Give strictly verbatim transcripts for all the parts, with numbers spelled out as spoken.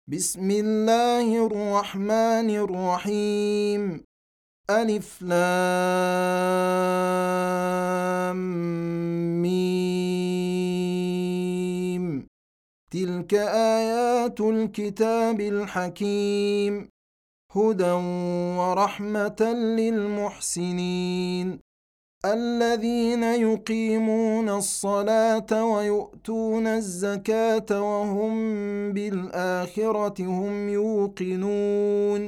بسم الله الرحمن الرحيم. ألف لام ميم. تلك آيات الكتاب الحكيم، هدى ورحمة للمحسنين الذين يقيمون الصلاة ويؤتون الزكاة وهم بالآخرة هم يوقنون،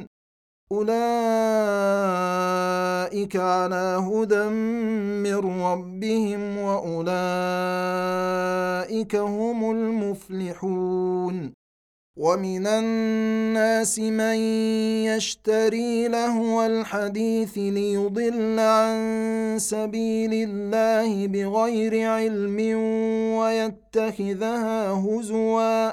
أولئك على هدى من ربهم وأولئك هم المفلحون. ومن الناس من يشتري لهو الحديث ليضل عن سبيل الله بغير علم ويتخذها هزوا،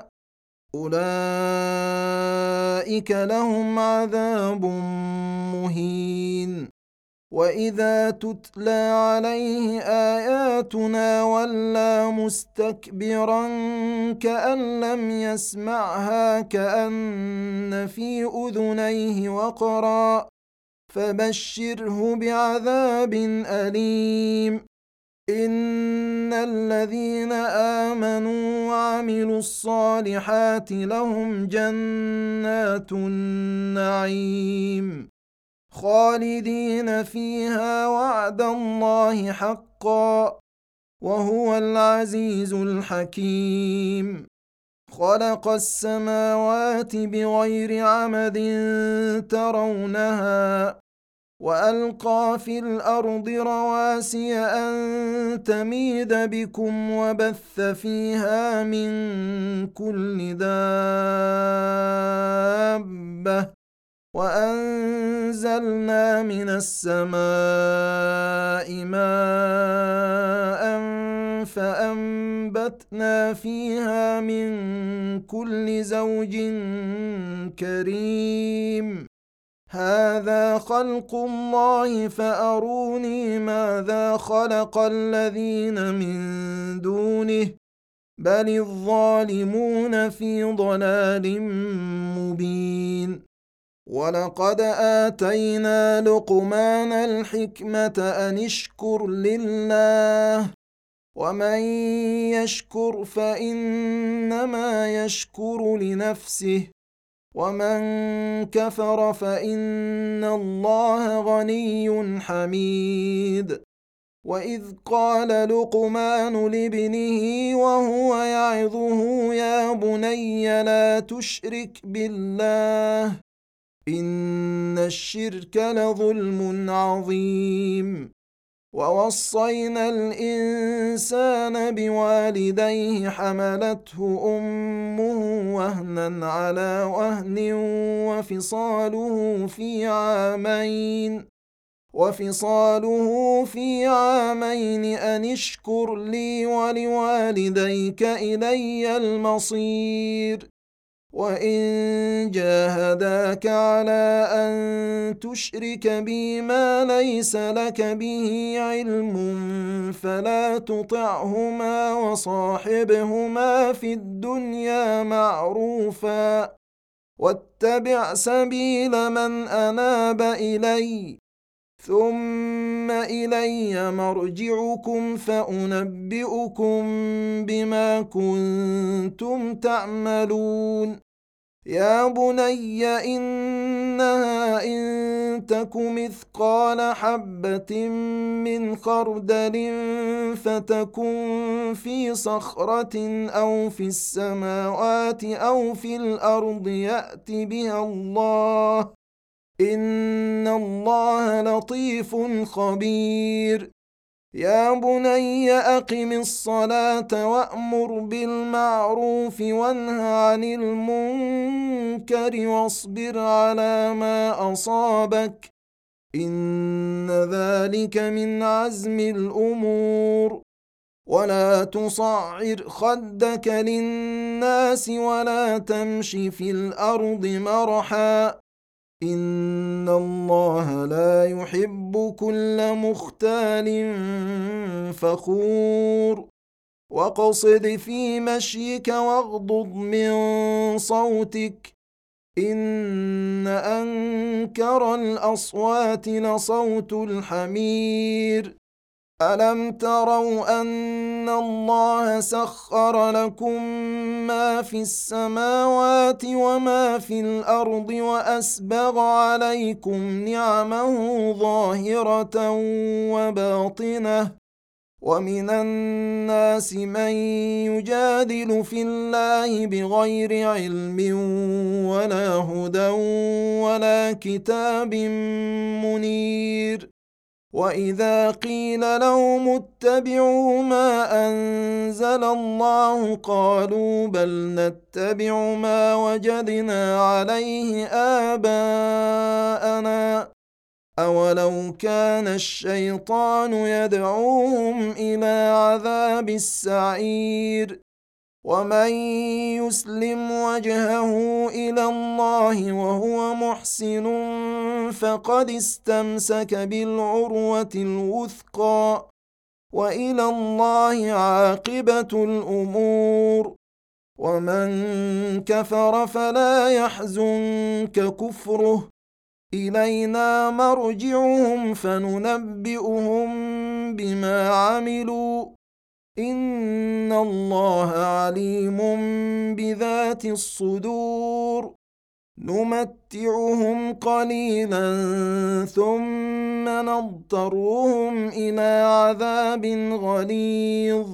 أولئك لهم عذاب مهين. وإذا تتلى عليه آياتنا ولى مستكبرا كأن لم يسمعها كأن في أذنيه وقرا، فبشره بعذاب أليم. إن الذين آمنوا وعملوا الصالحات لهم جنات النعيم خالدين فيها وعد الله حقا، وهو العزيز الحكيم. خلق السماوات بغير عمد ترونها، وألقى في الأرض رواسي أن تميد بكم وبث فيها من كل دابة، وأنزلنا من السماء ماء فأنبتنا فيها من كل زوج كريم. هذا خلق الله فأروني ماذا خلق الذين من دونه، بل الظالمون في ضلال مبين. ولقد آتينا لقمان الحكمة أن اشكر لله، ومن يشكر فإنما يشكر لنفسه، ومن كفر فإن الله غني حميد. وإذ قال لقمان لابنه وهو يعظه يا بني لا تشرك بالله إن الشرك لظلم عظيم. ووصينا الإنسان بوالديه حملته أمه وهنا على وهن وفصاله في عامين وفصاله في عامين أن اشكر لي ولوالديك إلي المصير. وإن جاهداك على أن تشرك بي ما ليس لك به علم فلا تطعهما وصاحبهما في الدنيا معروفا، واتبع سبيل من أناب إلي، ثم إلي مرجعكم فأنبئكم بما كنتم تعملون. يا بني إنها إن تك مثقال حبة من خردل فتكن في صخرة أو في السماوات أو في الأرض يأت بها الله، إن الله لطيف خبير. يا بني أقم الصلاة وأمر بالمعروف وانه عن المنكر واصبر على ما أصابك، إن ذلك من عزم الأمور. ولا تصعر خدك للناس ولا تمش في الأرض مرحا، إن الله لا يحب كل مختال فخور. واقصد في مشيك واغضض من صوتك إن أنكر الأصوات لصوت الحمير ألم تروا أن الله سخر لكم ما في السماوات وما في الأرض وأسبغ عليكم نعمه ظاهرة وباطنة ومن الناس من يجادل في الله بغير علم ولا هدى ولا كتاب منير وإذا قيل لهم اتبعوا ما أنزل الله قالوا بل نتبع ما وجدنا عليه آباءنا أولو كان الشيطان يدعوهم إلى عذاب السعير ومن يسلم وجهه إلى الله وهو محسن فقد استمسك بالعروة الوثقى وإلى الله عاقبة الأمور ومن كفر فلا يحزنك كفره إلينا مرجعهم فننبئهم بما عملوا إن الله عليم بذات الصدور نمتعهم قليلا ثم نضطرهم إلى عذاب غليظ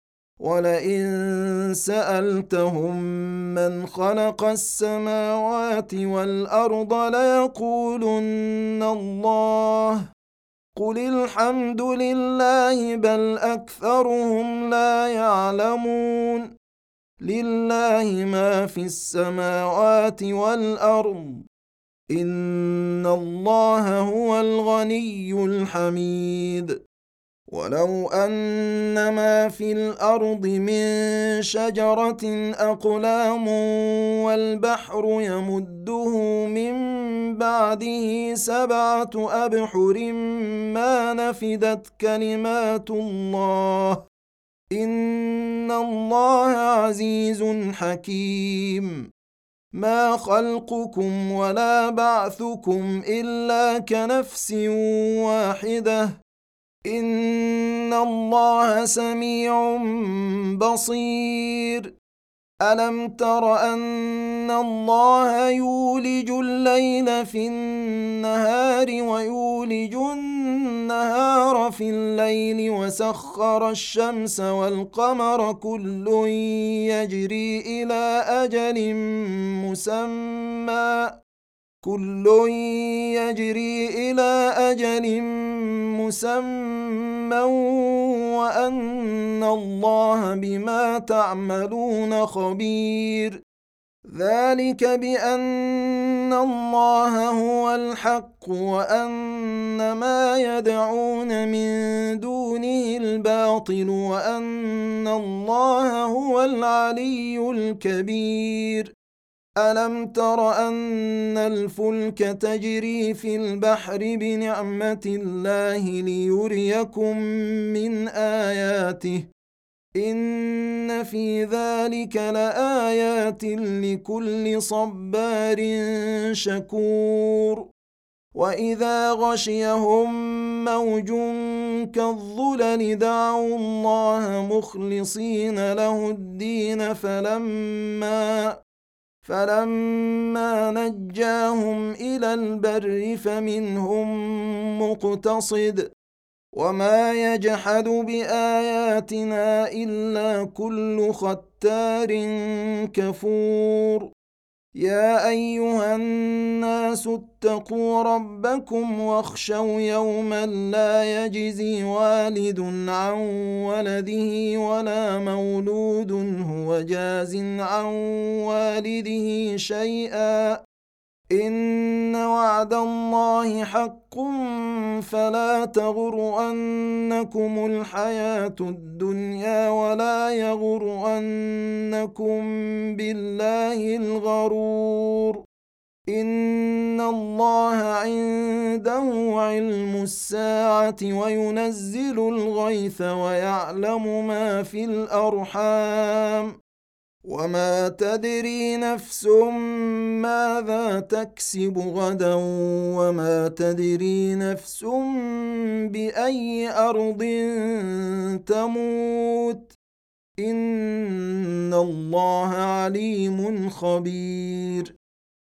ولئن سألتهم من خلق السماوات والأرض ليقولن الله قل الحمد لله بل أكثرهم لا يعلمون لله ما في السماوات والأرض إن الله هو الغني الحميد ولو أن ما في الأرض من شجرة أقلام والبحر يمده من بعده سبعة أبحر ما نفدت كلمات الله إن الله عزيز حكيم ما خلقكم ولا بعثكم إلا كنفس واحدة إن الله سميع بصير ألم تر أن الله يولج الليل في النهار ويولج النهار في الليل وسخر الشمس والقمر كل يجري إلى أجل مسمى كل يجري إلى أجل مسمى وأن الله بما تعملون خبير ذلك بأن الله هو الحق وأن ما يدعون من دونه الباطل وأن الله هو العلي الكبير ألم تر أن الفلك تجري في البحر بنعمة الله ليريكم من آياته إن في ذلك لآيات لكل صبار شكور وإذا غشيهم موج كالظلل دعوا الله مخلصين له الدين فلما فلما نجاهم إلى البر فمنهم مقتصد وما يجحد بآياتنا إلا كل ختار كفور يا أيها الناس اتقوا ربكم واخشوا يوما لا يجزي والد عن ولده ولا مولود هو جاز عن والده شيئا إن وعد الله حق فلا تغرنكم الحياة الدنيا ولا يغرنكم بالله الغرور إن الله عنده علم الساعة وينزل الغيث ويعلم ما في الأرحام وما تدري نفس ماذا تكسب غدا وما تدري نفس بأي أرض تموت إن الله عليم خبير